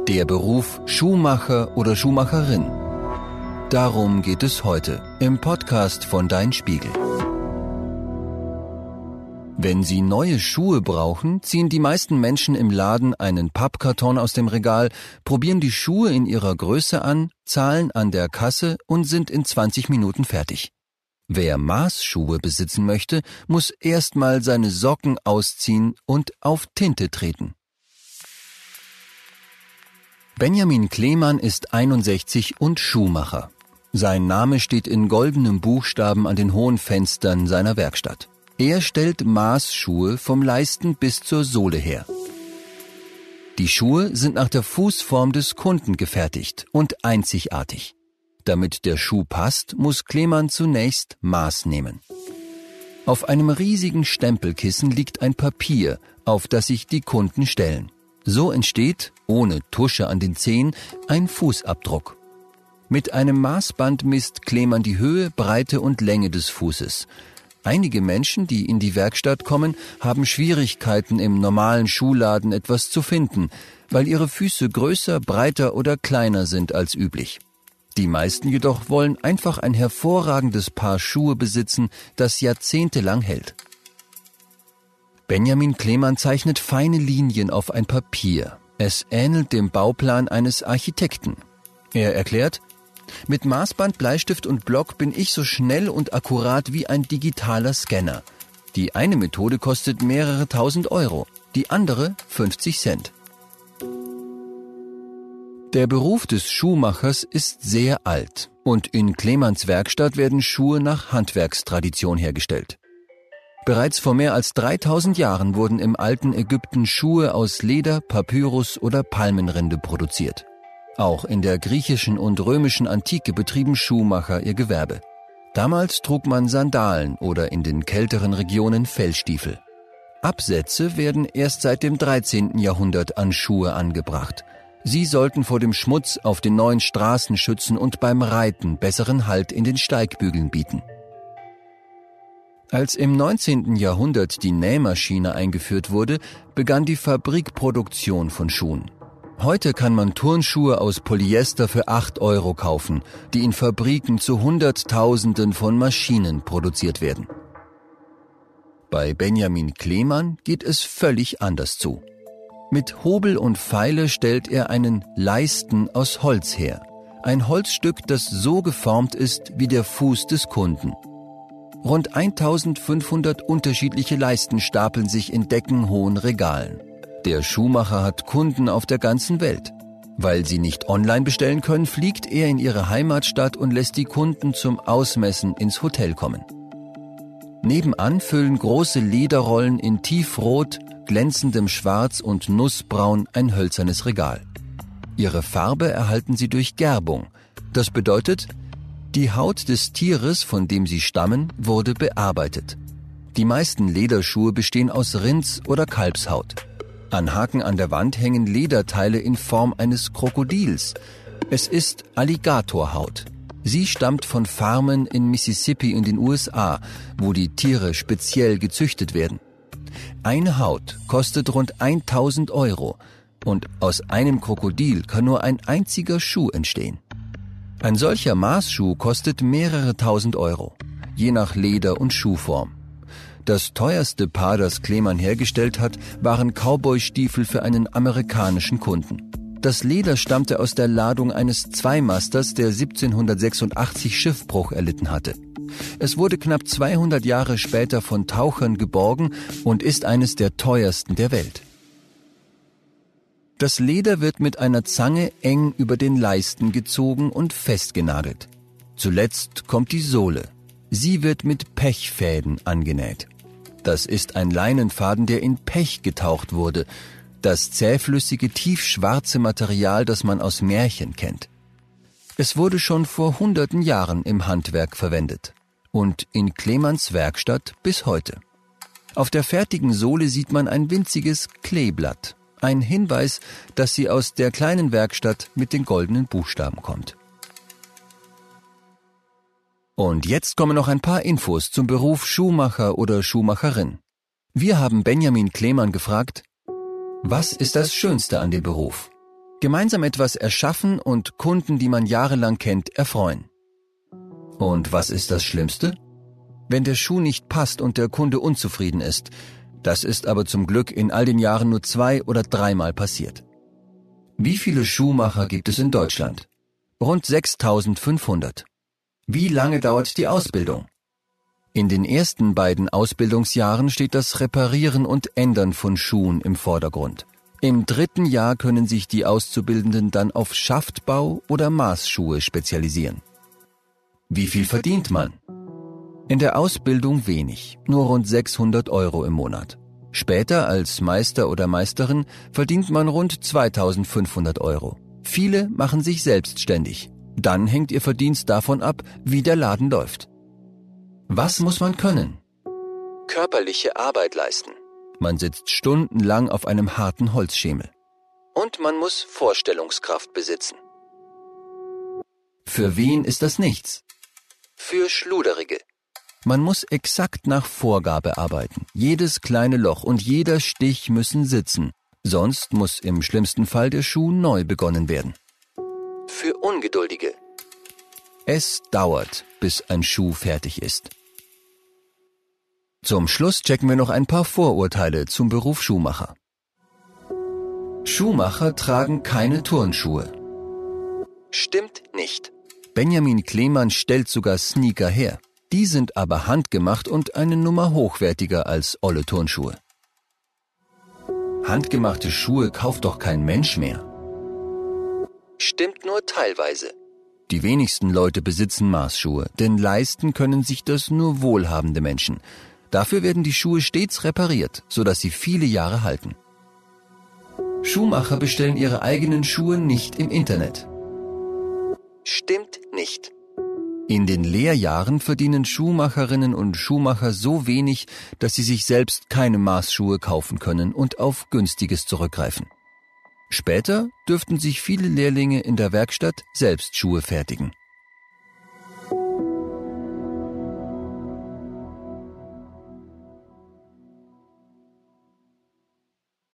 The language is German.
Der Beruf Schuhmacher oder Schuhmacherin. Darum geht es heute im Podcast von Dein Spiegel. Wenn Sie neue Schuhe brauchen, ziehen die meisten Menschen im Laden einen Pappkarton aus dem Regal, probieren die Schuhe in ihrer Größe an, zahlen an der Kasse und sind in 20 Minuten fertig. Wer Maßschuhe besitzen möchte, muss erstmal seine Socken ausziehen und auf Tinte treten. Benjamin Kleemann ist 61 und Schuhmacher. Sein Name steht in goldenem Buchstaben an den hohen Fenstern seiner Werkstatt. Er stellt Maßschuhe vom Leisten bis zur Sohle her. Die Schuhe sind nach der Fußform des Kunden gefertigt und einzigartig. Damit der Schuh passt, muss Kleemann zunächst Maß nehmen. Auf einem riesigen Stempelkissen liegt ein Papier, auf das sich die Kunden stellen. So entsteht, ohne Tusche an den Zehen, ein Fußabdruck. Mit einem Maßband misst Kleemann die Höhe, Breite und Länge des Fußes. Einige Menschen, die in die Werkstatt kommen, haben Schwierigkeiten, im normalen Schuhladen etwas zu finden, weil ihre Füße größer, breiter oder kleiner sind als üblich. Die meisten jedoch wollen einfach ein hervorragendes Paar Schuhe besitzen, das jahrzehntelang hält. Benjamin Kleemann zeichnet feine Linien auf ein Papier. Es ähnelt dem Bauplan eines Architekten. Er erklärt: Mit Maßband, Bleistift und Block bin ich so schnell und akkurat wie ein digitaler Scanner. Die eine Methode kostet mehrere tausend Euro, die andere 50 Cent. Der Beruf des Schuhmachers ist sehr alt und in Kleemanns Werkstatt werden Schuhe nach Handwerkstradition hergestellt. Bereits vor mehr als 3000 Jahren wurden im alten Ägypten Schuhe aus Leder, Papyrus oder Palmenrinde produziert. Auch in der griechischen und römischen Antike betrieben Schuhmacher ihr Gewerbe. Damals trug man Sandalen oder in den kälteren Regionen Fellstiefel. Absätze werden erst seit dem 13. Jahrhundert an Schuhe angebracht. Sie sollten vor dem Schmutz auf den neuen Straßen schützen und beim Reiten besseren Halt in den Steigbügeln bieten. Als im 19. Jahrhundert die Nähmaschine eingeführt wurde, begann die Fabrikproduktion von Schuhen. Heute kann man Turnschuhe aus Polyester für 8 Euro kaufen, die in Fabriken zu Hunderttausenden von Maschinen produziert werden. Bei Benjamin Kleemann geht es völlig anders zu. Mit Hobel und Feile stellt er einen Leisten aus Holz her. Ein Holzstück, das so geformt ist wie der Fuß des Kunden. Rund 1500 unterschiedliche Leisten stapeln sich in deckenhohen Regalen. Der Schuhmacher hat Kunden auf der ganzen Welt. Weil sie nicht online bestellen können, fliegt er in ihre Heimatstadt und lässt die Kunden zum Ausmessen ins Hotel kommen. Nebenan füllen große Lederrollen in tiefrot, glänzendem Schwarz und Nussbraun ein hölzernes Regal. Ihre Farbe erhalten sie durch Gerbung. Das bedeutet, die Haut des Tieres, von dem sie stammen, wurde bearbeitet. Die meisten Lederschuhe bestehen aus Rinds- oder Kalbshaut. An Haken an der Wand hängen Lederteile in Form eines Krokodils. Es ist Alligatorhaut. Sie stammt von Farmen in Mississippi in den USA, wo die Tiere speziell gezüchtet werden. Eine Haut kostet rund 1000 Euro und aus einem Krokodil kann nur ein einziger Schuh entstehen. Ein solcher Maßschuh kostet mehrere tausend Euro, je nach Leder und Schuhform. Das teuerste Paar, das Kleemann hergestellt hat, waren Cowboy-Stiefel für einen amerikanischen Kunden. Das Leder stammte aus der Ladung eines Zweimasters, der 1786 Schiffbruch erlitten hatte. Es wurde knapp 200 Jahre später von Tauchern geborgen und ist eines der teuersten der Welt. Das Leder wird mit einer Zange eng über den Leisten gezogen und festgenagelt. Zuletzt kommt die Sohle. Sie wird mit Pechfäden angenäht. Das ist ein Leinenfaden, der in Pech getaucht wurde, das zähflüssige, tiefschwarze Material, das man aus Märchen kennt. Es wurde schon vor hunderten Jahren im Handwerk verwendet und in Kleemanns Werkstatt bis heute. Auf der fertigen Sohle sieht man ein winziges Kleeblatt. Ein Hinweis, dass sie aus der kleinen Werkstatt mit den goldenen Buchstaben kommt. Und jetzt kommen noch ein paar Infos zum Beruf Schuhmacher oder Schuhmacherin. Wir haben Benjamin Kleemann gefragt: Was ist das Schönste an dem Beruf? Gemeinsam etwas erschaffen und Kunden, die man jahrelang kennt, erfreuen. Und was ist das Schlimmste? Wenn der Schuh nicht passt und der Kunde unzufrieden ist. Das ist aber zum Glück in all den Jahren nur 2- oder 3-mal passiert. Wie viele Schuhmacher gibt es in Deutschland? Rund 6.500. Wie lange dauert die Ausbildung? In den ersten beiden Ausbildungsjahren steht das Reparieren und Ändern von Schuhen im Vordergrund. Im 3. Jahr können sich die Auszubildenden dann auf Schaftbau oder Maßschuhe spezialisieren. Wie viel verdient man? In der Ausbildung wenig, nur rund 600 € im Monat. Später als Meister oder Meisterin verdient man rund 2.500 €. Viele machen sich selbstständig. Dann hängt ihr Verdienst davon ab, wie der Laden läuft. Was muss man können? Körperliche Arbeit leisten. Man sitzt stundenlang auf einem harten Holzschemel. Und man muss Vorstellungskraft besitzen. Für wen ist das nichts? Für Schluderige. Man muss exakt nach Vorgabe arbeiten. Jedes kleine Loch und jeder Stich müssen sitzen. Sonst muss im schlimmsten Fall der Schuh neu begonnen werden. Für Ungeduldige. Es dauert, bis ein Schuh fertig ist. Zum Schluss checken wir noch ein paar Vorurteile zum Beruf Schuhmacher. Schuhmacher tragen keine Turnschuhe. Stimmt nicht. Benjamin Kleemann stellt sogar Sneaker her. Die sind aber handgemacht und eine Nummer hochwertiger als olle Turnschuhe. Handgemachte Schuhe kauft doch kein Mensch mehr. Stimmt nur teilweise. Die wenigsten Leute besitzen Maßschuhe, denn leisten können sich das nur wohlhabende Menschen. Dafür werden die Schuhe stets repariert, sodass sie viele Jahre halten. Schuhmacher bestellen ihre eigenen Schuhe nicht im Internet. Stimmt nicht. In den Lehrjahren verdienen Schuhmacherinnen und Schuhmacher so wenig, dass sie sich selbst keine Maßschuhe kaufen können und auf Günstiges zurückgreifen. Später dürften sich viele Lehrlinge in der Werkstatt selbst Schuhe fertigen.